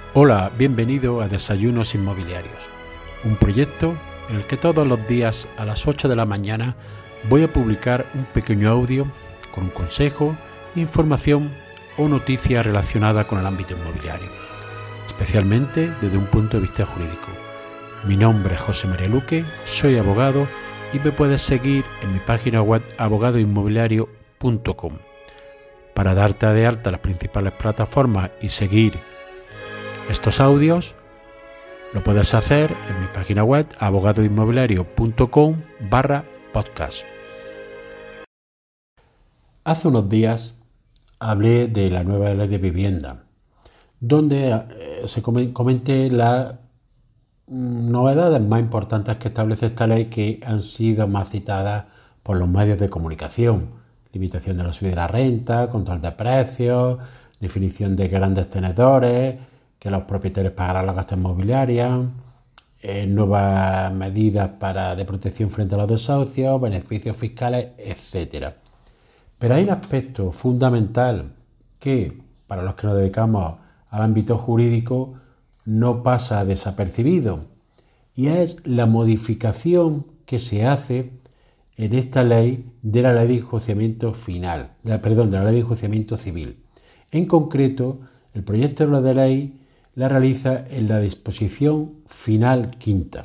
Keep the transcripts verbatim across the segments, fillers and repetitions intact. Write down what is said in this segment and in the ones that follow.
Hola, bienvenido a Desayunos Inmobiliarios, un proyecto en el que todos los días a las ocho de la mañana voy a publicar un pequeño audio con un consejo, información o noticia relacionada con el ámbito inmobiliario, especialmente desde un punto de vista jurídico. Mi nombre es José María Luque, soy abogado y me puedes seguir en mi página web abogado inmobiliario punto com. Para darte de alta las principales plataformas y seguir estos audios, lo puedes hacer en mi página web abogado inmobiliario punto com barra podcast. Hace unos días hablé de la nueva ley de vivienda, donde eh, se comenté las novedades más importantes que establece esta ley, que han sido más citadas por los medios de comunicación: limitación de la subida de la renta, control de precios, definición de grandes tenedores, que los propietarios pagarán los gastos inmobiliarios, eh, nuevas medidas para, de protección frente a los desahucios, beneficios fiscales, etcétera. Pero hay un aspecto fundamental que, para los que nos dedicamos al ámbito jurídico, no pasa desapercibido, y es la modificación que se hace en esta ley de la ley de enjuiciamiento final, de, perdón, de la ley de enjuiciamiento civil. En concreto, el proyecto de ley la realiza en la disposición final quinta.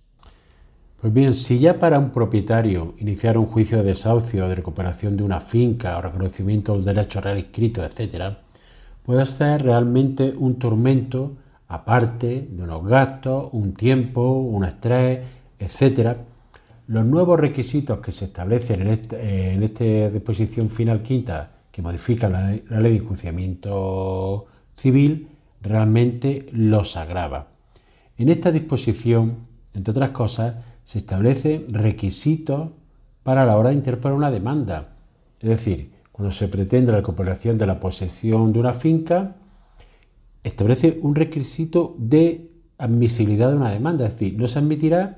Pues bien, si ya para un propietario iniciar un juicio de desahucio, de recuperación de una finca o reconocimiento del derecho real inscrito, etcétera, puede ser realmente un tormento, aparte de unos gastos, un tiempo, un estrés, etcétera. Los nuevos requisitos que se establecen en esta en este disposición final quinta, que modifica la, la ley de enjuiciamiento civil, realmente los agrava. En esta disposición, entre otras cosas, se establecen requisitos para la hora de interponer una demanda. Es decir, cuando se pretende la recuperación de la posesión de una finca, establece un requisito de admisibilidad de una demanda. Es decir, no se admitirá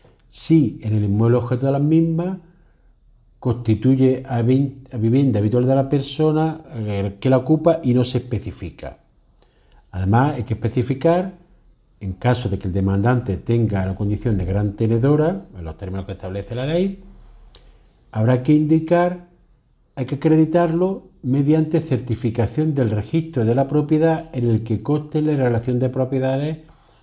si en el inmueble objeto de la misma constituye a vivienda habitual de la persona que la ocupa y no se especifica. Además, hay que especificar, en caso de que el demandante tenga la condición de gran tenedora, en los términos que establece la ley, habrá que indicar, hay que acreditarlo mediante certificación del registro de la propiedad en el que conste la relación de propiedades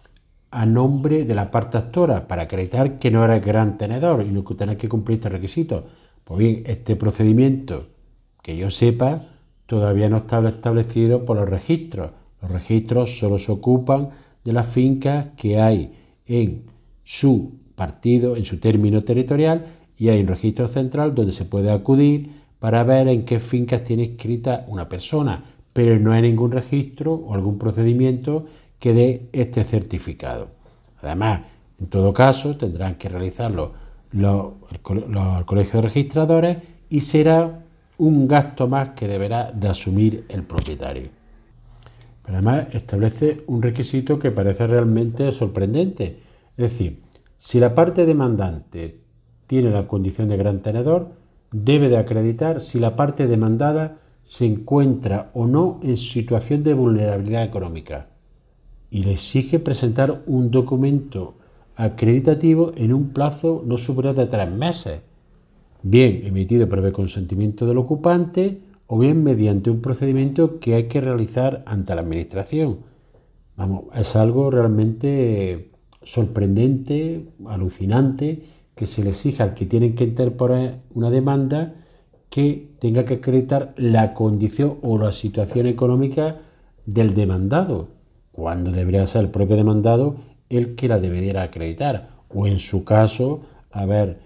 a nombre de la parte actora, para acreditar que no eres gran tenedor y no tener que cumplir estos requisitos. Pues bien, este procedimiento, que yo sepa, todavía no está establecido por los registros. Los registros solo se ocupan de las fincas que hay en su partido, en su término territorial, y hay un registro central donde se puede acudir para ver en qué fincas tiene inscrita una persona, pero no hay ningún registro o algún procedimiento que dé este certificado. Además, en todo caso, tendrán que realizarlo los, los, los colegios de registradores, y será un gasto más que deberá de asumir el propietario. Pero además establece un requisito que parece realmente sorprendente. Es decir, si la parte demandante tiene la condición de gran tenedor, debe de acreditar si la parte demandada se encuentra o no en situación de vulnerabilidad económica, y le exige presentar un documento acreditativo en un plazo no superior de tres meses, bien emitido previo consentimiento del ocupante o bien mediante un procedimiento que hay que realizar ante la administración. Vamos, es algo realmente sorprendente, alucinante, que se le exija al que tiene que interponer una demanda que tenga que acreditar la condición o la situación económica del demandado, cuando debería ser el propio demandado el que la debería acreditar, o en su caso haber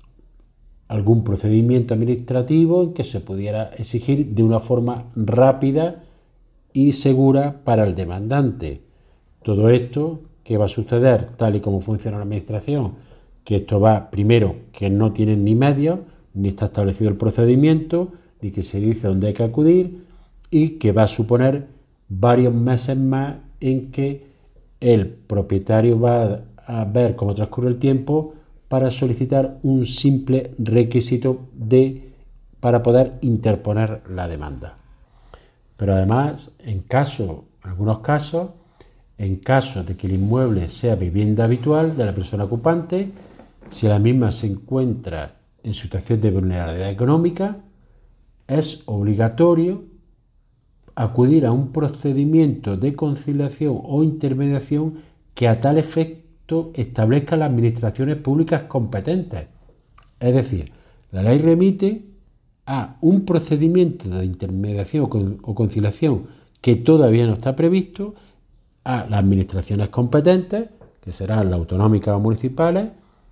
algún procedimiento administrativo en que se pudiera exigir de una forma rápida y segura para el demandante. Todo esto, ¿qué va a suceder? Tal y como funciona la administración, que esto va, primero, que no tienen ni medios, ni está establecido el procedimiento, ni que se dice dónde hay que acudir, y que va a suponer varios meses más en que el propietario va a ver cómo transcurre el tiempo para solicitar un simple requisito de, para poder interponer la demanda. Pero además, en caso, en algunos casos, en caso de que el inmueble sea vivienda habitual de la persona ocupante, si la misma se encuentra en situación de vulnerabilidad económica, es obligatorio acudir a un procedimiento de conciliación o intermediación que a tal efecto establezcan las administraciones públicas competentes. Es decir, la ley remite a un procedimiento de intermediación o conciliación que todavía no está previsto a las administraciones competentes, que serán las autonómicas o municipales,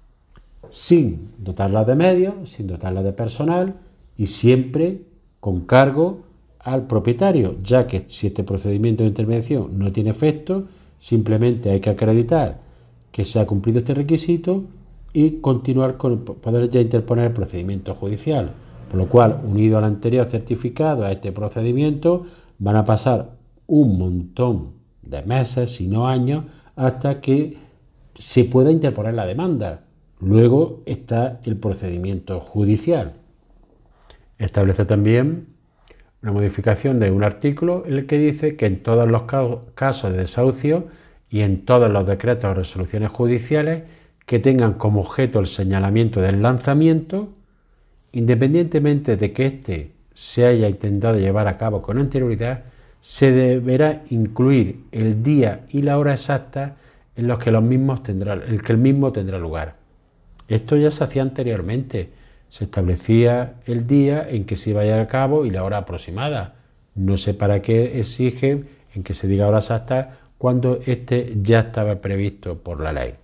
sin dotarlas de medios, sin dotarlas de personal y siempre con cargo al propietario, ya que si este procedimiento de intervención no tiene efecto, simplemente hay que acreditar que se ha cumplido este requisito y continuar con poder ya interponer el procedimiento judicial, por lo cual, unido al anterior certificado a este procedimiento, van a pasar un montón de meses, si no años, hasta que se pueda interponer la demanda. Luego está el procedimiento judicial. Establece también una modificación de un artículo en el que dice que en todos los casos de desahucio y en todos los decretos o resoluciones judiciales que tengan como objeto el señalamiento del lanzamiento, independientemente de que éste se haya intentado llevar a cabo con anterioridad, se deberá incluir el día y la hora exacta en los que los mismos tendrán, el que el mismo tendrá lugar. Esto ya se hacía anteriormente. Se establecía el día en que se iba a llevar a cabo y la hora aproximada. No sé para qué exigen en que se diga hora exacta cuando este ya estaba previsto por la ley.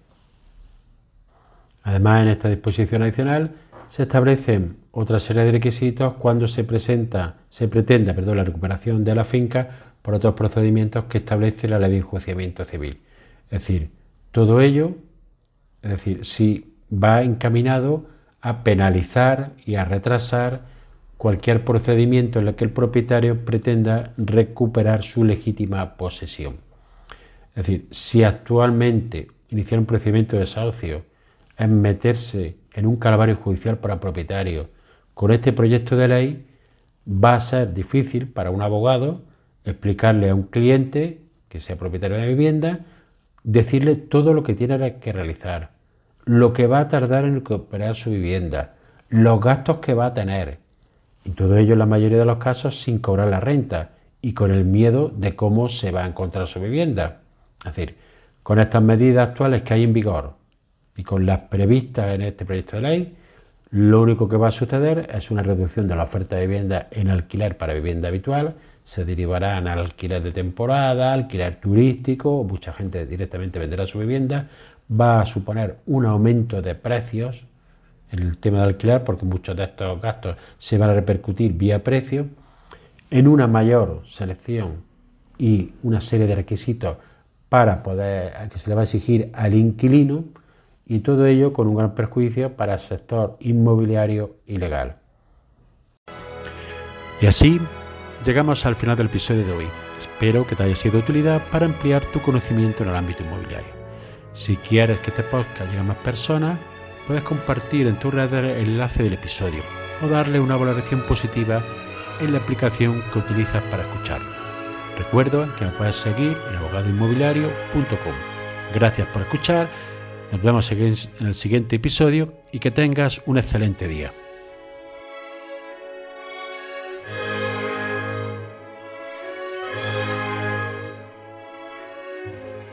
Además, en esta disposición adicional se establecen otra serie de requisitos cuando se presenta, se pretenda, perdón, la recuperación de la finca por otros procedimientos que establece la ley de enjuiciamiento civil. Es decir, todo ello, es decir, si va encaminado a penalizar y a retrasar cualquier procedimiento en el que el propietario pretenda recuperar su legítima posesión. Es decir, si actualmente iniciar un procedimiento de desahucio es meterse en un calvario judicial para propietario, con este proyecto de ley va a ser difícil para un abogado explicarle a un cliente que sea propietario de la vivienda, decirle todo lo que tiene que realizar, lo que va a tardar en recuperar su vivienda, los gastos que va a tener, y todo ello en la mayoría de los casos sin cobrar la renta y con el miedo de cómo se va a encontrar su vivienda. Es decir, con estas medidas actuales que hay en vigor y con las previstas en este proyecto de ley, lo único que va a suceder es una reducción de la oferta de vivienda en alquiler para vivienda habitual, se derivarán al alquiler de temporada, alquiler turístico, mucha gente directamente venderá su vivienda, va a suponer un aumento de precios en el tema de alquiler porque muchos de estos gastos se van a repercutir vía precio, en una mayor selección y una serie de requisitos para poder que se le va a exigir al inquilino, y todo ello con un gran perjuicio para el sector inmobiliario y legal. Y así llegamos al final del episodio de hoy. Espero que te haya sido de utilidad para ampliar tu conocimiento en el ámbito inmobiliario. Si quieres que este podcast llegue a más personas, puedes compartir en tus redes el enlace del episodio o darle una valoración positiva en la aplicación que utilizas para escucharlo. Recuerda que me puedes seguir en abogado inmobiliario punto com. Gracias por escuchar. Nos vemos en el siguiente episodio y que tengas un excelente día.